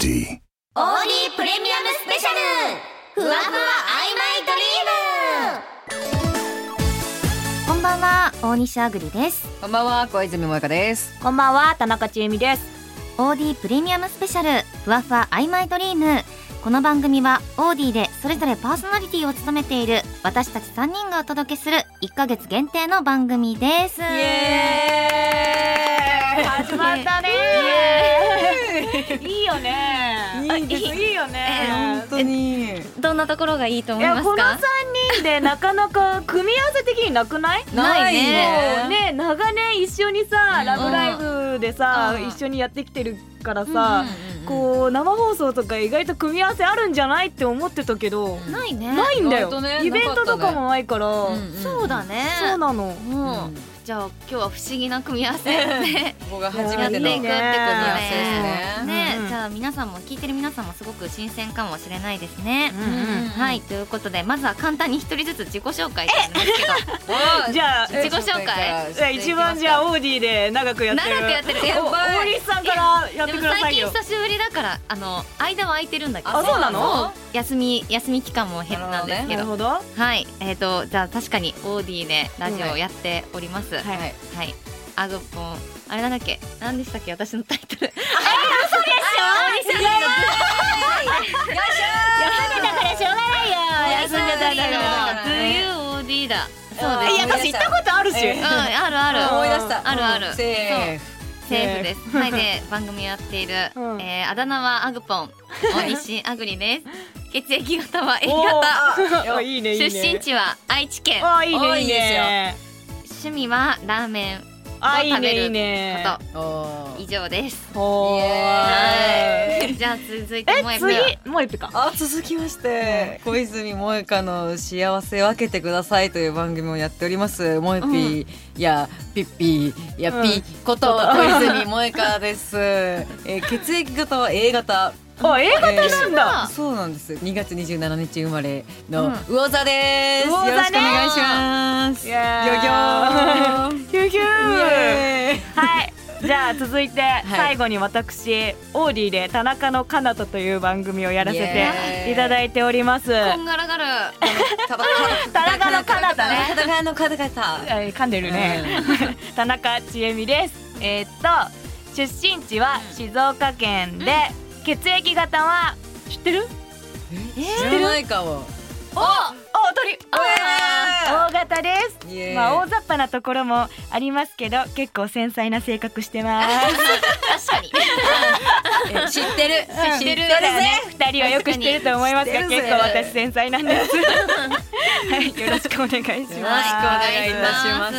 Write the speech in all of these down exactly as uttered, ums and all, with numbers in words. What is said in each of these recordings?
ディオーディー プレミアムスペシャル、ふわふわ曖昧ドリーム。 こんばんは、大西あぐりです。 こんばんは、小泉萌香です。 こんばんは、田中千恵美です。 オーディー プレミアムスペシャル、ふわふわ曖昧ドリーム。この番組はオーディでそれぞれパーソナリティを務めている私たちさんにんがお届けするいっかげつ限定の番組です。イエーイ、始まったねー。いいよね。 いいです。 いいよね。 本当に。 どんなところがいいと思いますか？ いや、このさんにんでなかなか組み合わせ的になくない？ ないね。 ね、長年一緒にさ、 うん、 ラブライブでさ、うん、一緒にやってきてるからさ、うんうんうん、こう生放送とか意外と組み合わせあるんじゃないって思ってたけど、 うん、ないね。 ないんだよ、 ね、 イベントとかもないから、 うんうん、そうだね。 そうなの。 うん、じゃあ今日は不思議な組み合わせでここが初めてのやっていくってことで、 ね、 ね、 うんうん、 じゃあ皆さんも聞いてる皆さんもすごく新鮮かもしれないですね。 うんうん、 はい、ということでまずは簡単に一人ずつ自己紹介なんですけどじゃあ自己紹介一番じゃあオーディで長くやってる長くやってる大西さんからやってくださいよ。 でも最近久しぶりだからあの間は空いてるんだけど、 あ、そうなの？ 休み休み期間も減ったんですけど、 なるほど。 はい、えーとじゃあ確かにオーディでラジオをやっております。はいはい、 はい、アグポンあれなんだっけ、何でしたっけ私のタイトル。あ、嘘でしょ。 休んでたからしょうがないよ。休んでたんだから。 トゥユーオーディーだ。そうです。 いや、私行ったことあるし。 うん、あるある。 思い出した。 あるある。 セーフ。 セーフです。はい、で番組やっている、えあだ名はアグポン、大西あぐりです。血液型は エー 型。 いいねいいね。 出身地は愛知県。 あ、いいねいいね。 趣味はラーメンを食べること。以上です。 おーい。 じゃあ続いてもう一個。もう一個か。 あ、続きまして、小泉萌香の幸せ分けてくださいという番組をやっております。萌えぴーやピッピーやピーこと小泉萌香です。えー、血液型は エー 型。 あ、A 型なんだ、 えー、そうなんです。にがつにじゅうしちにち生まれの魚座です、うん、よろしくお願いします。 ギョギョーギョギョー。はい、じゃあ続いて最後に私、オーディで田中の彼方という番組をやらせていただいております。 こんがらがる田中の彼方ね。 田中の彼方噛んでるね、うん、田中千恵美です。えー、っと出身地は静岡県で、うん、血液型は知ってる？ えー、知らないかも。 お、お、鳥、大型です。まあ大雑把なところもありますけど、結構繊細な性格してます。 確かに知ってる、 知ってるね。二人はよく知ってると思いますが、結構私繊細なんです。はい、よろしくお願いします。よろしくお願いいたします。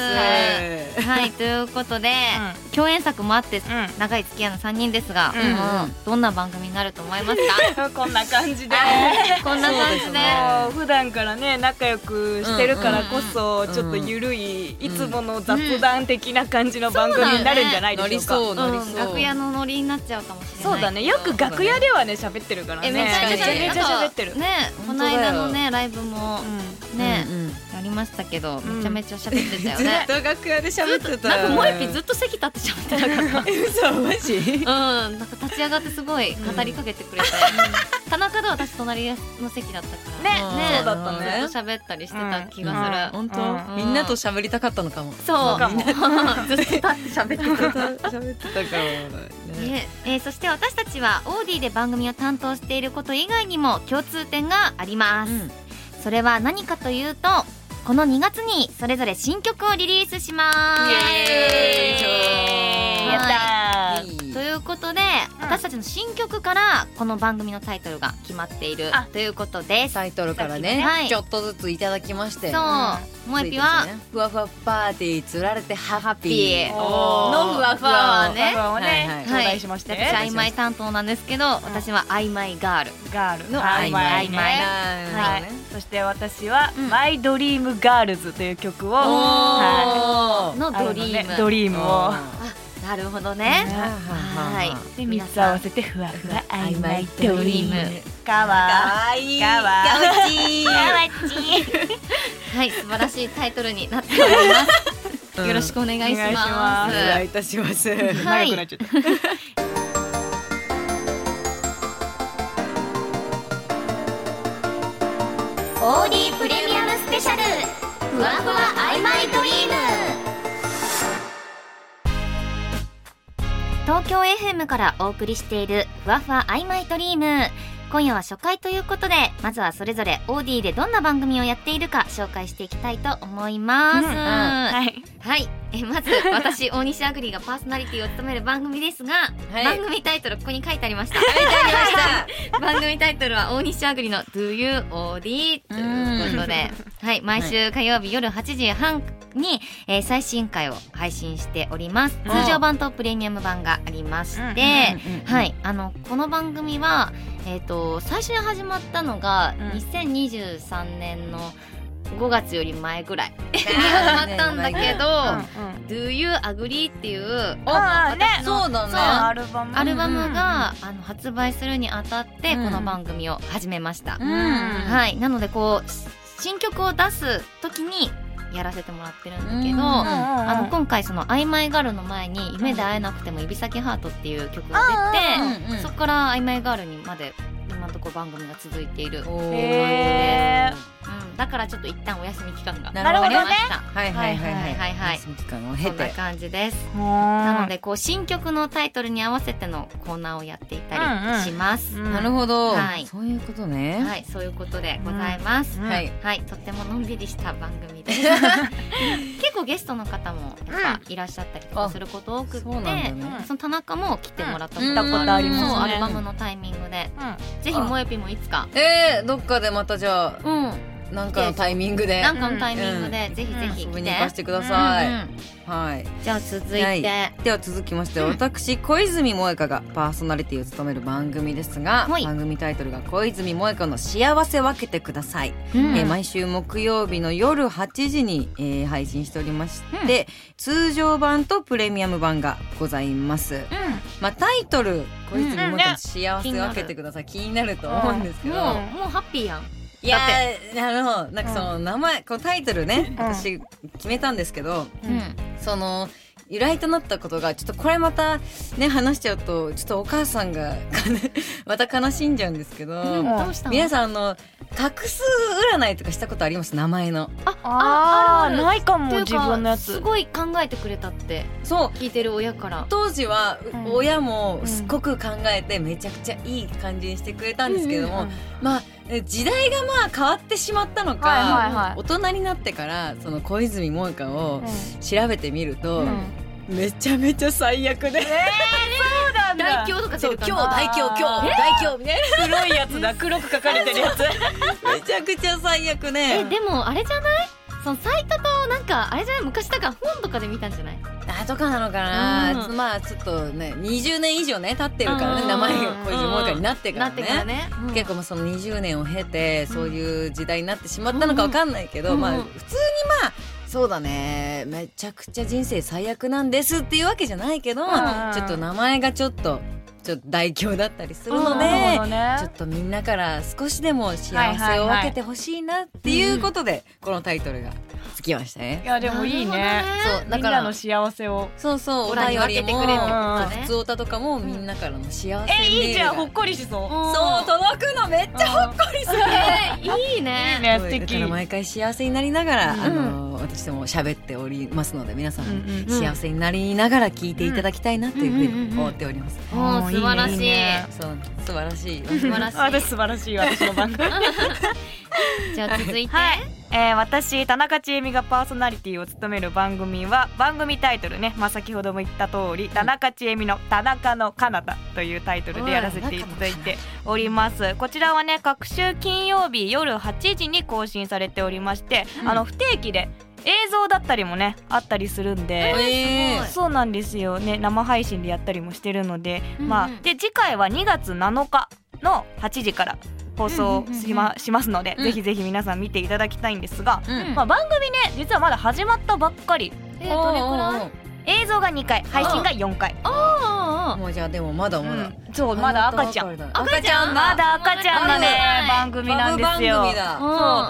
はい、ということで、共演作もあって長い付き合いのさんにんですが、どんな番組になると思いますか？ こんな感じで、 こんな感じで。 普段からね仲良くしてるからこそ、ちょっとゆるいいつもの雑談的な感じの番組になるんじゃないでしょうか。 楽屋のノリになっちゃうかもしれない。 そうだね、よく楽屋ではね喋ってるからね。 めちゃめちゃ喋ってるね。この間のねライブもねやりましたけど、めちゃめちゃ喋ってたよね。 ずっと楽屋で喋ってた。 なんかもえぴずっと席立って喋ってなかった。 嘘、マジ？ うん、なんか立ち上がってすごい語りかけてくれて、田中で私隣の席だったからね。そうだったね。 ずっと喋ったりしてた気がする。 本当？みんなと喋りたかったのかも。 そうかも。ずっと立って喋ってた。喋ってたかも。 そして私たちはオーディで番組を担当していること以外にも共通点があります。それは何かというと、このにがつにそれぞれ新曲をリリースします。 イエーイ、やったー。ということで、私たちの新曲からこの番組のタイトルが決まっているということです。 タイトルからね、ちょっとずついただきまして、 そう、もえぴはふわふわパーティーつられてハッピーのふわふわをね、 頂戴しまして、 私曖昧担当なんですけど、私は曖昧ガールガールの曖昧ね。 はい、そして私はマイドリームガールズという曲をのドリームドリームを。 なるほどね。 はい。でみっつ合わせてふわふわ曖昧ドリーム。かわいい。かわちい。かわちい。 はい、素晴らしいタイトルになっております。よろしくお願いします。 お願いいたします。 長くなっちゃった。 オーディー プレミアムスペシャルふわふわ曖昧ドリーム。 東京 エフエム からお送りしているふわふわ曖昧ドリーム。今夜は初回ということで、まずはそれぞれオーディーでどんな番組をやっているか紹介していきたいと思います、うんうん、はい、はい、えまず私大西あぐりがパーソナリティを務める番組ですが、はい、番組タイトルここに書いてありました書いてありました番組タイトルは大西あぐりの Do You オーディー ということで、はい、毎週火曜日夜はちじはんに、えー、最新回を配信しております。通常版とプレミアム版がありまして、はい、あのこの番組はえー、と最初に始まったのがにせんにじゅうさんねんのごがつより前ぐらいに始まったんだけど「Do You Agree」っていうあ、ね、 そうだね、 アルバムアルバムがあの発売するにあたってこの番組を始めました、 うん、 はい、なのでこう新曲を出す時にやらせてもらってるんだけど、あの今回その曖昧ガールの前に夢で会えなくても指先ハートっていう曲が出て、そこから曖昧ガールにまで今のところ番組が続いている感じで、うん、だからちょっと一旦お休み期間がありました。 はいはいはいはいはいはい、 お休み期間を経てそんな感じです。なのでこう新曲のタイトルに合わせてのコーナーをやっていたりします、 うんうん、なるほど、 はい、 そういうことね。 はい、そういうことでございます、 うん、はいはい、とってものんびりした番組です結構ゲストの方もやっぱいらっしゃったりとかすること多くって、 そうなんだね、 その田中も来てもらったことがありますね。 そうアルバムのタイミングで、うん、ぜひもえぴもいつかえー、どっかでまたじゃあ、 うん、 なんかのタイミングでなんかのタイミングで、うん、ぜひぜひ来て、 遊びに行かせてください、 うんうん、 はい。 じゃあ続いて、はい、 では続きまして、うん、私小泉萌香がパーソナリティを務める番組ですが、はい、番組タイトルが小泉萌香の幸せ分けてください、うん、えー、毎週木曜日の夜はちじに、えー、配信しておりまして、うん、通常版とプレミアム版がございます、うん、まあ、タイトル小泉萌香の幸せ分けてください、気になると思うんですけど、 もう、もうハッピーやん。 いやー、あのなんかその名前、うん、このタイトルね、うん、私決めたんですけど、うん、その由来となったことがちょっとこれまたね話しちゃうとちょっとお母さんがまた悲しんじゃうんですけど、うん、 どうしたの？ 皆さんあの画数占いとかしたことあります？名前の。 ああ、あるある。 ないかも。自分のやつすごい考えてくれたってそう聞いてる親から。 当時は、うん、親もすっごく考えてめちゃくちゃいい感じにしてくれたんですけども、うんうんうん、まあ時代がまあ変わってしまったのか、はいはいはい、大人になってからその小泉萌香を調べてみると、うんうん、めちゃめちゃ最悪で、えー、 そうなんだ。 大凶とか出るかな。 今日大凶今日大凶みたいな黒いやつだ黒く書かれてるやつめちゃくちゃ最悪ね。 えでもあれじゃない？そのサイトとなんかあれじゃない？昔だから本とかで見たんじゃない？ あとかなのかな、うん、まあちょっとねにじゅうねん以上ね経ってるからね、名前が小泉萌香になってからね、からね、うん、結構もうそのにじゅうねんを経てそういう時代になってしまったのかわかんないけど、うん、まあ普通にまあそうだねめちゃくちゃ人生最悪なんですっていうわけじゃないけど、うん、ちょっと名前がちょっとちょっと大凶だったりするので、ね、ちょっとみんなから少しでも幸せを分けてほしいなっていうことで、はいはいはい、このタイトルがつきましたね。 いやでもいいね。そうだからみんなの幸せをそうそうお便りも普通歌とかもみんなからの幸せメールが、 えいいじゃんほっこりしそう。 そう届くのめっちゃほっこりする。 いいね。 いいね素敵。 だから毎回幸せになりながら、うん、あの私も喋っておりますので皆さんも幸せになりながら聞いていただきたいなというふうに思っております。 もう素晴らしい。いいね、 そう素晴らしい。 素晴らしい。 私素晴らしい私の番組。 じゃあ続いて、 はいえー、私田中千恵美がパーソナリティを務める番組は番組タイトルね、まあ、先ほども言った通り田中千恵美の田中の彼方というタイトルでやらせていただいております。こちらはね各週金曜日夜はちじに更新されておりまして、うん、あの不定期で映像だったりもねあったりするんで、 えー、 そうなんですよね生配信でやったりもしてるので、うんうん、まあで次回はにがつなのかのはちじから放送し ま,、うんうんうん、しますので、うん、ぜひぜひ皆さん見ていただきたいんですが、うんまあ、番組ね実はまだ始まったばっかり。 えー、どれくらい？ 映像がにかい配信がよんかい。 ああもうじゃあでもまだまだ、うん、 そうまだ赤ちゃん赤ちゃんまだ赤ちゃんのね番組なんですよ。 番組だ。 そうで一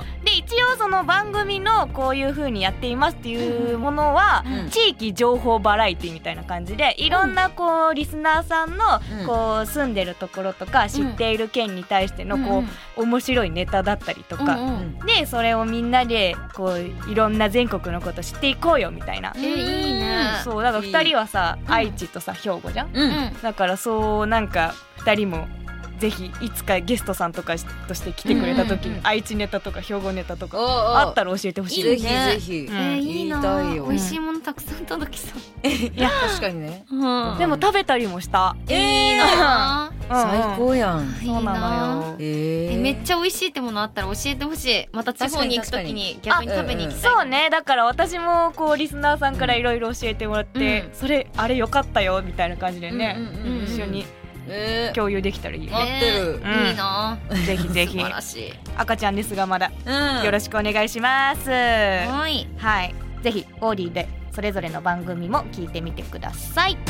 一応その番組のこういう風にやっていますっていうものは、 うん地域情報バラエティみたいな感じでいろんなこうリスナーさんのうんこう住んでるところとか知っている県に対してのこう面白いネタだったりとか、 うんうんでそれをみんなでこういろんな全国のこと知っていこうよみたいな。 えいいね。 そうだからふたりはさ愛知とさ兵庫じゃん。 うんうんだからそうなんかふたりもぜひいつかゲストさんとかとして来てくれた時にうんうんうん愛知ネタとか兵庫ネタとかおうおうあったら教えてほしい。 ぜひいいねぜひうんえーいい言いなたいよ美味しいものたくさん届きそう。 いや確かにねうんでも食べたりもした。 いいな最高やんいいそうなのよ。 えーえめっちゃ美味しいってものあったら教えてほしい。また地方に行くときに逆に食べに行きたい。 そうねだから私もこうリスナーさんからいろいろ教えてもらって、 うんそれあれ良かったよみたいな感じでね、 うんうんうんうん一緒にえー共有できたらいいよ待ね。 ってるうんいいなぜひぜ素ひ晴らしい。 赤ちゃんですがまだうんよろしくお願いします。 はいはいぜひオーディでそれぞれの番組も聞いてみてください。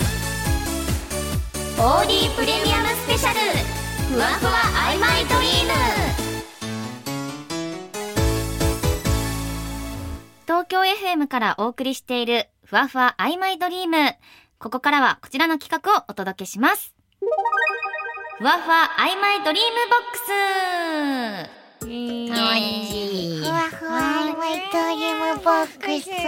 オーディプレミアムスペシャルふわふわ曖昧ドリーム。 東京 エフエム からお送りしているふわふわ曖昧ドリーム。ここからはこちらの企画をお届けします。ふわふわ曖昧ドリームボックス。 はいふわふわ曖昧ドリームボックス。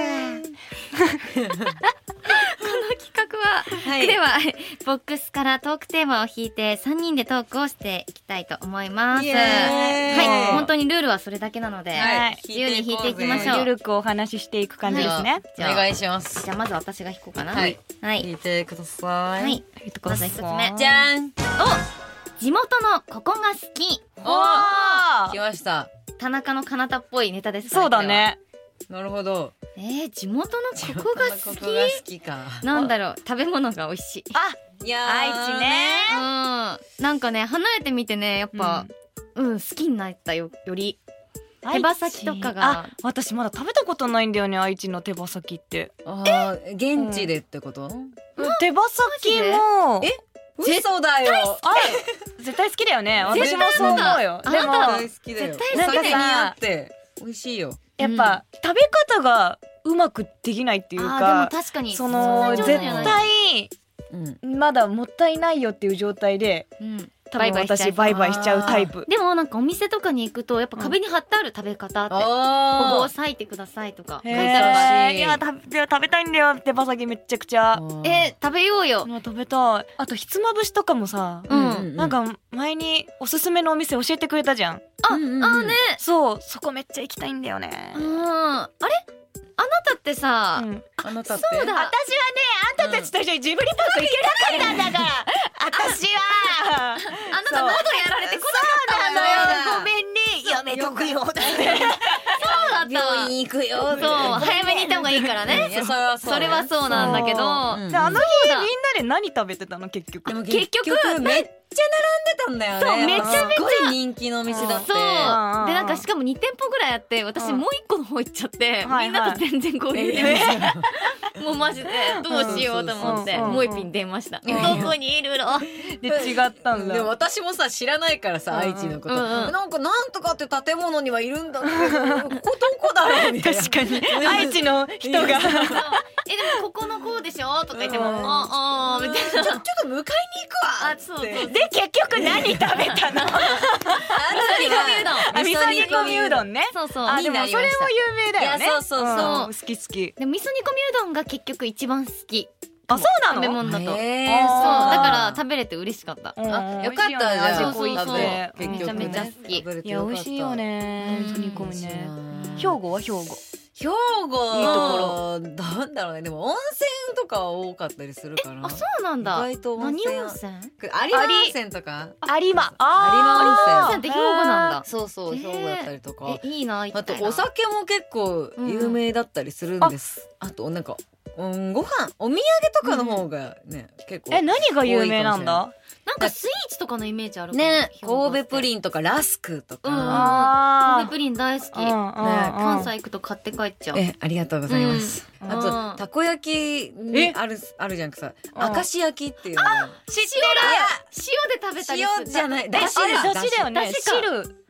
企画は、 はいではボックスからトークテーマを引いてさんにんでトークをしていきたいと思います。 イエーイはい、本当にルールはそれだけなので、 はい自由に引いていきましょう。 ゆるくお話ししていく感じですね。 じゃあお願いしますじゃあまず私が引こうかな。 はいはい。 聞いてくださいはい。まず一つ目。 じゃんお、地元のここが好き。 お来ました田中の彼方っぽいネタですかね。 そうだね。 なるほどこれは。えー、地元のここが好ここが好き。 きかなんだろう、食べ物が美味しい。 あいやー愛知ねうん。なんかね、離れてみてね、やっぱ、うん、好きになったよ、より。手羽先とかがあ私まだ食べたことないんだよね愛知の手羽先って。 あー現地でってこと手羽先もえ嘘だよあ絶対好きだよね。 絶対私もそう思うよ。でもあなた大好きだよ絶対好き酒にあって美味しいよやっぱ食べ方がうまくできないっていうあーかでも確かにそのんな上絶手じゃない対うんまだもったいないよっていう状態でうん多分私バイバイしちゃうタイプ。 でもなんかお店とかに行くとやっぱ壁に貼ってある食べ方って、ここをあ裂いてくださいとか書いへてあるし、 ーいや食べ食べたいんだよ手羽先めっちゃくちゃ。 ーえー、食べようよ。 まあ食べたい。あとひつまぶしとかもさ、 うんなんか前におすすめのお店教えてくれたじゃん。 あ、 うんうんうんあーね。 そうそこめっちゃ行きたいんだよね。 うん。あれ？あなたってさ、 うんあなたってそうだ。 私はねあんたたちと一緒にジブリパーク行けなかったんだから私はあなた喉やられてこなかったわよ。 ごめんねやめとくよってそうだったわ。 病院行くよそう、早めに行った方がいいからね。 いやそれはそうそれはそうなんだけど、 うんであの日そうだみんなで何食べてたの結局。 でも結結局局めっちゃ並んでたんだよねそうめちゃめちゃすごい人気のお店だってそう。で、 うんなんかしかもに店舗ぐらいあって、私うんもう一個の方行っちゃって、 はいはいみんなと全然合流できない。もうマジでどうしようと思って、 うんもう一品電話した。どこにいるの？ で違ったんだ。 でも私もさ知らないからさ、 うん愛知のこと、 うんうんなんかなんとかって建物にはいるんだけどここどこだろうみたいな確かに愛知の人がそうえ、でもここのこうでしょとか言っても、 うんあ、あ、みたいちょちょっと迎えに行くわあそうそうってで結局何食べたの？ な。味噌煮込みうどん。 あ味噌煮込みうどんね。 そうそう。 あでもそれも有名だよね。 いやそうそうそうん好き好き。 でも味噌煮込みうどんが結局一番好き。 あそうなの？ 食べ物だと。そう、 へーだそうから食べれて嬉しかった。 うんあよかったじゃんそうそうそう結局めちゃめちゃ好き食べれていやよかった美味しいよねうん味噌煮込みね。兵兵庫庫は兵庫。 兵庫いいとなんだろうねでも温泉とかは多かったりするかなあ、そうなんだ。 意外と温何泉温泉？ 有馬温泉とか有馬。 有馬温泉温泉って兵庫なんだ。 そうそうへー兵庫だったりとかえ、いいな、行あときたいな。 お酒も結構有名だったりするんです、あとなんか、うん、ご飯お土産とかの方がね、結構え何が有名なんだ？ なんかスイーツとかのイメージあるかも。 ね神戸プン。 リンとかラスクとか、 うんあ神戸プリン大好き。 うんうんうん関西行くと買って帰っちゃう。 えありがとうございます、 うんあうんとたこ焼きにあるあるじゃんかさ明石焼きっていうのが知ってる。塩で食べたりする。 塩じゃないだしだしあれ出汁だよね。 出汁か汁。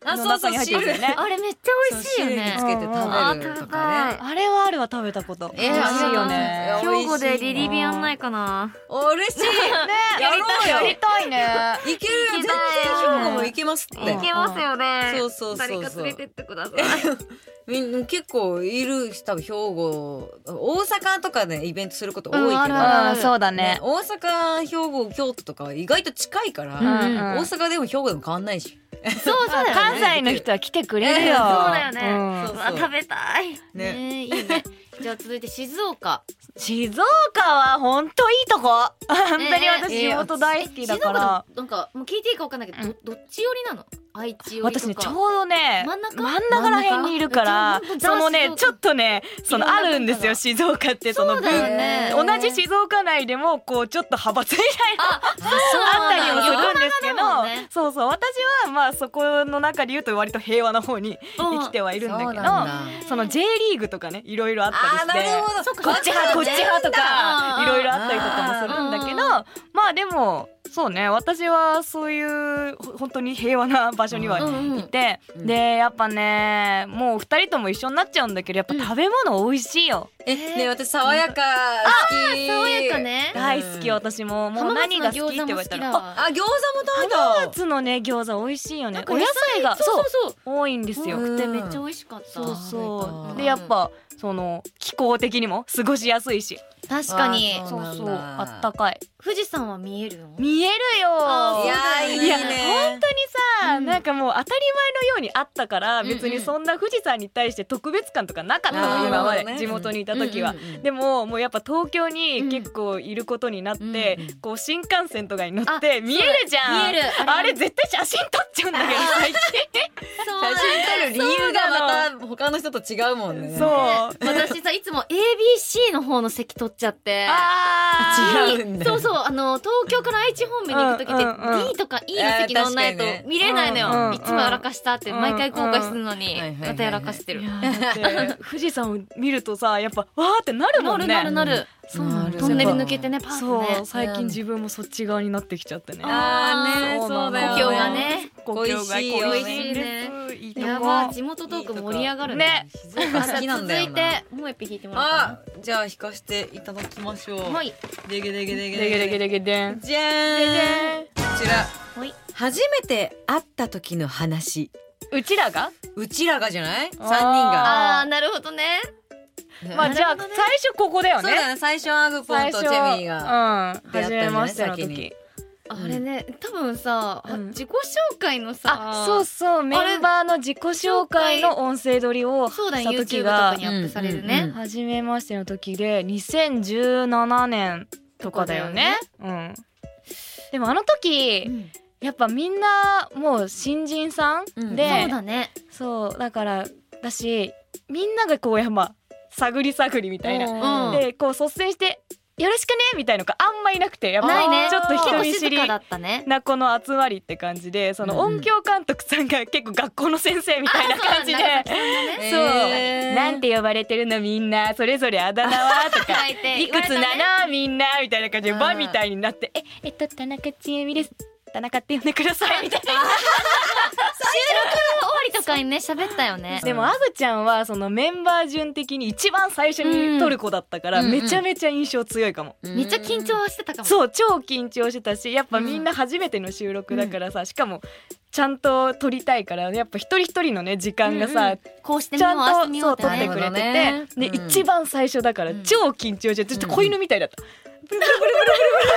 の中に入ってるよね。 あれめっちゃ美味しいよね。 そう汁につけて食べるとかね。 あれはあるわ、食べたこと。 えー美味しいよね。 兵庫でリリビアンないかな。 嬉しい。ね、やろうよ。 やりたいね。 いけるよ。全然兵庫も行けますって。 いけますよね。 そうそうそうそう。 誰か連れてってください。 みんな結構いるし、多分兵庫、大阪とかでイベントすること多いけど、 うん、そうだね。 大阪、兵庫、京都とか意外と近いから、 うんうん、 大阪でも兵庫でも変わんないし。 そうそうだよね。 関西の人は来てくれるよ。そうだよね。 そうそう食べたい。 ね、 ね、いいね。じゃあ続いて静岡。 静岡は本当いいとこ。本当に私地元大好きだから。 なんかもう聞いていいか分かんないけど、どっち寄りなの？愛知寄りとか。 私ねちょうどね真ん中真ん中ら辺にいるから、そのねちょっとねそのあるんですよ、静岡ってその同じ静岡内でもこうちょっと派閥みたいなあったりもするんですけど、そうそう、私はまあそこの中で言うと割と平和な方に生きてはいるんだけど、その J リーグとかねいろいろあったりして、こっち派こっち派とかいろいろあったりとかもするんだけど、まあでもそうね、私はそういう本当に平和な場所にはいて、うんうん、でやっぱねもう二人とも一緒になっちゃうんだけど、やっぱ食べ物美味しいよ。 うん、えね、私爽やか好き。 あ、爽やかね。 大好き、私ももう何が好きって言われたら、 あ、餃子も食べた。 浜松のね餃子美味しいよね。お野菜がそうそう多いんですよ。 でめっちゃ美味しかった。 そうそう。でやっぱその気候的にも過ごしやすいし。 確かに。 そうそう、あったかい。 富士山は見えるの？ 見えるよ。 いやいいね。 いや本当にさ、うん、なんかもう当たり前のようにあったから、別にそんな富士山に対して特別感とかなかったの、今まで、ね、地元にいた時は、うんうんうん、でももうやっぱ東京に結構いることになって、うん、こう新幹線とかに乗って見えるじゃん。見える。あれ絶対写真撮っちゃうんだけど最近。 写真撮る理由がまた他の人と違うもんね。 そう。 私さいつも エービーシー の方の席撮っちゃって。 あー違うんだ。 そうそう、あの東京から愛知方面に行く時って D とか E の席乗んないと見れないのよ。いつもやらかしたって毎回後悔するのにまたやらかしてる。 富士山を見るとさやっぱわーってなるもんね。 なるなるなる。そう、トンネル抜けてね、パーね。 そう、最近自分もそっち側になってきちゃってね。 あーね、そうだよ。 故郷がね、 故郷が恋しいね。やば、地元トーク盛り上がるね。 静岡好きなんだよな。 続いてもう一匹弾いてもらおうかな。 あ、じゃあ弾かせていただきましょう。 はい。 でげでげでげでげでげでげでん。 じゃーん。こちら。初めて会った時の話。 うちらが？ うちらがじゃない？三人が。 ああ、なるほどね。 まあじゃあ最初ここだよね。 そうだね、最初アグポンとチェミーが初めましての時。 あれね、多分さ、自己紹介のさ、 そうそうメンバーの自己紹介の音声撮りをした時がにアップされるね。 初めましての時でにせんじゅうななねんとかだよね。うん。でもあの時やっぱみんなもう新人さんで、 そうだね。 そうだからだし、みんながこうやっぱ探り探りみたいな、うん、でこう率先してよろしくねみたいのがあんまいなくて、やっぱちょっと人見知りなこの集まりって感じで、その音響監督さんが結構学校の先生みたいな感じで、そうなんて呼ばれてるのみんなそれぞれあだ名はとかいくつなのみんなみたいな感じで輪みたいになって、ええっと田中千恵美です、田中って呼んでくださいみたいな。 収録終わりとかにね喋ったよね。 でもアグちゃんはそのメンバー順的に一番最初に撮る子だったから、めちゃめちゃ印象強いかも。 めっちゃ緊張してたかも。 そう、超緊張してたし、やっぱみんな初めての収録だからさ、しかもちゃんと撮りたいから、やっぱ一人一人のね時間がさ、 こうしてちゃんとそう撮ってくれてて、で一番最初だから超緊張して、ちょっと子犬みたいだった。ブルブルブルブルブル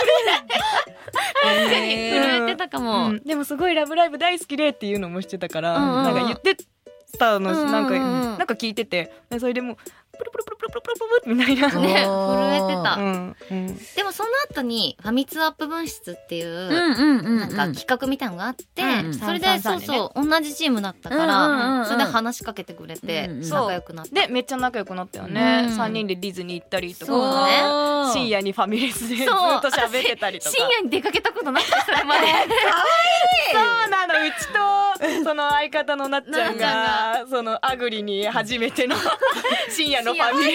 確かに震えてたかも、うん、 でもすごいラブライブ大好きでっていうのもしてたから、うんうん、なんか言ってたの、うんうん、なんかなんか聞いてて、それでもうプルプルプルプルプルプルプルみたいなね、震えてた、 うんうん、 でもその後にファミ通アップ分室っていう、うんうん、なんか企画みたいなのがあって、うんうん、それでそうそう同じチームだったから、うんうんうん、それで話しかけてくれて、うんうん、仲良くなって、 でめっちゃ仲良くなったよね、うん、さんにんでディズニー行ったりとか、ね、深夜にファミレスでずっと喋ってたりとか、 深夜に出かけたことなくてそれまでそうなの、うちとその相方のなっちゃんがそのアグリに初めての深夜のファミレ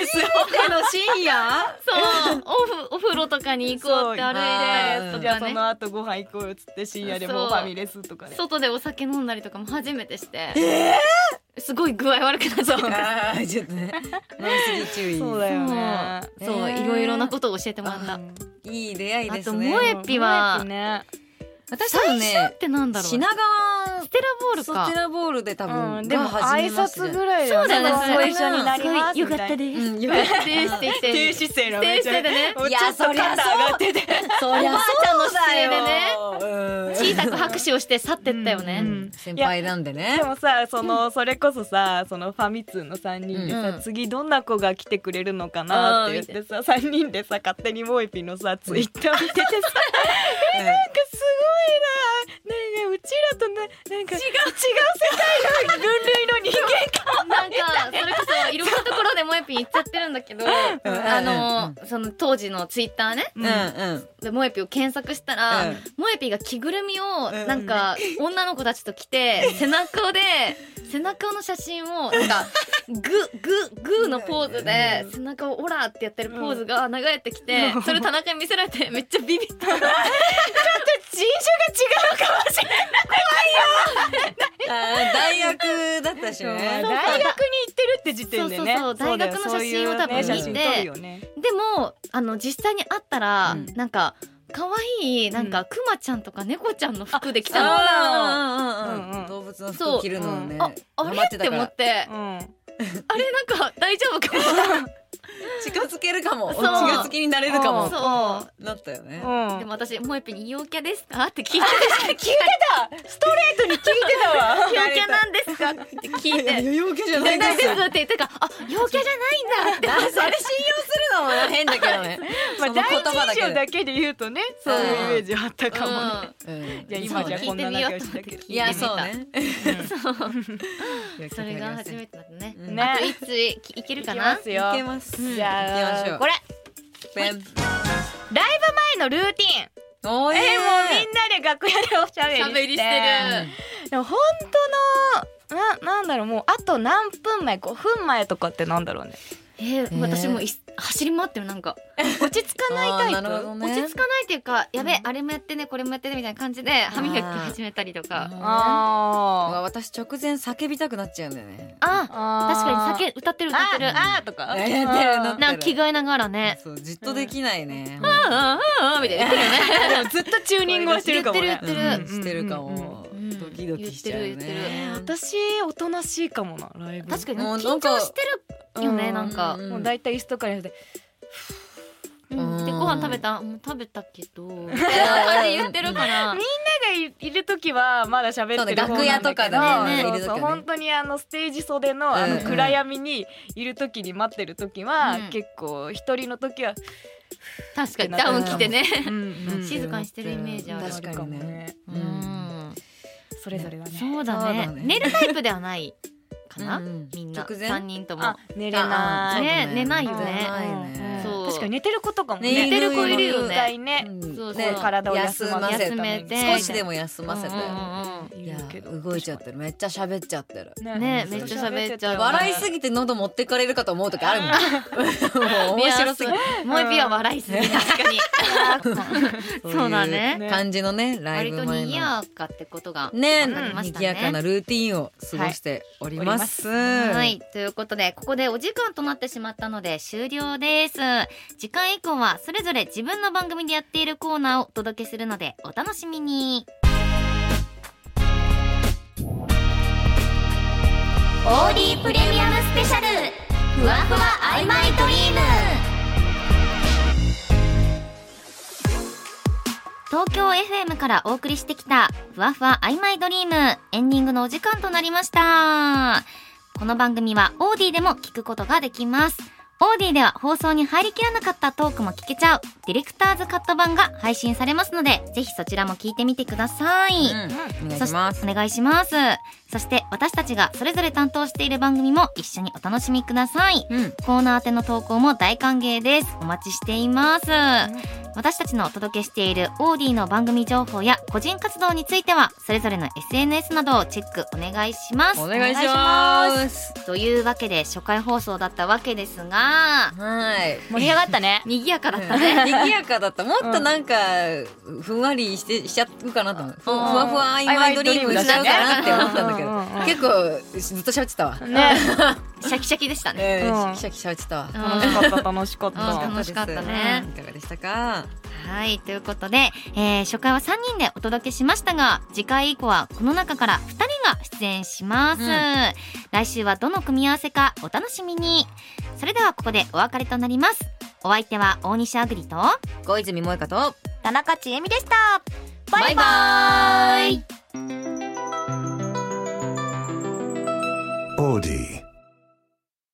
ですよ。 の深夜そうおふお風呂とかに行こうって歩いてたやつとじゃあそかね、 の後ご飯行こうよっつって深夜でもうファミレスとかね。 外でお酒飲んだりとかも初めてして、すごい具合悪くなっちゃうあーちょっとね飲みすぎ注意。 そうだよね。 そう、 えーいろいろなことを教えてもらった。 いい出会いですあとね。 萌えっぴは萌えっぴね。 私多分最初っねてなんだろう、 品川ステラボールかステラボールで多分、 うん、でもが初挨めまして拶ぐらいだよね。 そうだよねご一緒になりますよかったす。 です、 うんよかったですって言って低姿勢のめっちゃ低姿勢でねもうちょっと肩上がってて。 そりゃおばあちゃんの姿勢でねね小さく拍手をして去ってったよね、 うん先輩なんでねでもさ、そのそれこそさ、そのファミ通のさんにんでさ、 うん次どんな子が来てくれるのかなって言ってさ、さんにんでさ勝手にモエピのさツイッター見ててさ、えなんかすごいな、なんかうちらとな、なんか違う違う世界の分類の人間か。 なんかそれこそいろんなところでもえぴん言っちゃってるんだけど、あのその当時のツイッターねうんうんでもえぴを検索したら、 うんもえぴが着ぐるみをうんなんか女の子たちと着て背中で背中の写真をなんかグググーのポーズで背中をオラってやってるポーズが流れてきて、それ田中に見せられてめっちゃビビった。 人種が違うかもしれない。 あー大学だったし大ね学に行ってるって時点でね。 そうそうそう大学の写真を多分見てそうだよそういうね写真撮るよね。 でもあの実際に会ったら、 うんなんか可愛いなんかクマちゃんとか猫ちゃんの服で来たの。 あーうんうんうんうんうん動物の服着るのねああれって思ってうん。 あれなんか大丈夫かも。 近づけるかもそう近づきになれるかもそうなったよねうん。 でも私もえぴに陽キャですかって聞いて聞いてた。ストレートに聞いてたわ。 陽キャなんですかって聞いて陽キャじゃ陽キャですって言ってからあ陽キャじゃないんだってそれ信用するのも変だけどねまあその言第一印象葉だけでだけで言うとね、そういうイメージあったかもね。 うんじゃあ今じゃこんな仲良しだけど。 いやそうねそれが初めてだったね。 うんねあといついいけるかいきなますよ。 いけますうんじゃ行きましょうあこれペンライブ前のルーティン。 おーいえー、もうみんなで楽屋でおしゃべりして。 しゃべりしてるでも本当のななんだろう、もうあと何分前、ごふんまえとかってなんだろうね。 えー、私もい走り回ってるなんか落ち着かないタイあーなるほどプ。 ね落ち着かないっていうかやべあれもやってねこれもやってねみたいな感じで歯磨き始めたりとかうあわ私直前叫びたくなっちゃうんだよねああ確かに酒歌ってる歌ってるああーとか。 やってるなってなんか着替えながらねそうじっとできないねあーあーあーみたいな言ってるよねでもずっとチューニングをしてるかもね。 言ってる言ってるうんしてるかもうんうんドキドキしちゃう言ってる言ってね私おとなしいかもなライブ。 確かに緊もうなんか張してるよねうんなんかうんもうだいたい椅子とかにしてうんでうんご飯食べたもう食べたけどみたいな感じで言ってるからみんながいる時はまだ喋ってる方そうね楽屋とかでねそういる時はねそう本当にあのステージ袖のあのうん暗闇にいる時に待ってる時は、 うん結構一人の時は、 確かにダウン着てねうん静かにしてるイメージある確かにねううんんそれぞれはね。 そうだねそうだね寝るタイプではないかなうんうんみんな直前さんにんともあ寝れない。 ね寝ないよね寝ないねそう確かに寝てる子とかもねね。 寝てる子いるよね一回ね。 うんそうそうね体を休ませ休めて少しでも休ませてうんうんうんいやいるけど動いちゃってるめっちゃ喋っちゃってるねめっちゃ喋っちゃう笑いすぎて喉持ってかれるかと思う時あるもんもう面白すぎてもう一は笑いすぎ確かにそうだねそういう感じのねライ割とブ前の賑やかってことがねわかりました賑やかなルーティンを過ごしておりますはいということでここでお時間となってしまったので終了です次回以降はそれぞれ自分の番組でやっているコーナーをお届けするのでお楽しみに。 オーディー プレミアムスペシャルふわふわ曖昧ドリーム。 東京 エフエム からお送りしてきたふわふわ曖昧ドリームエンディングのお時間となりました。この番組はオーディでも聞くことができます。オーディでは放送に入りきらなかったトークも聞けちゃうディレクターズカット版が配信されますのでぜひそちらも聞いてみてください。 うんお願いしますそしお願いします。そして私たちがそれぞれ担当している番組も一緒にお楽しみください。 うんコーナー宛ての投稿も大歓迎です。お待ちしています。 私たちのお届けしているオーディの番組情報や個人活動についてはそれぞれの エスエヌエス などをチェックお願いします。 お願いしますというわけで初回放送だったわけですが、 はい盛り上がったね。 賑やかだったね。 賑やかだった。もっとなんか、ふんわりしてしちゃうかなと思う。ふふわふわ曖昧ドリームしちゃうかなって思ったんだけど、結構ずっと喋ってたわ。 ね。 シャキシャキでしたね。 えうんー、シャキシャキ喋ってたわ。 楽しかった楽しかった。 楽しかったねいかがでしたか？ はい、ということで、えー、初回はさんにんでお届けしましたが、次回以降はこの中からふたりが出演します、うん、来週はどの組み合わせかお楽しみに。それではここでお別れとなります。お相手は大西あぐりと小泉萌香と田中千恵美でした。 バイバイ。 オーディ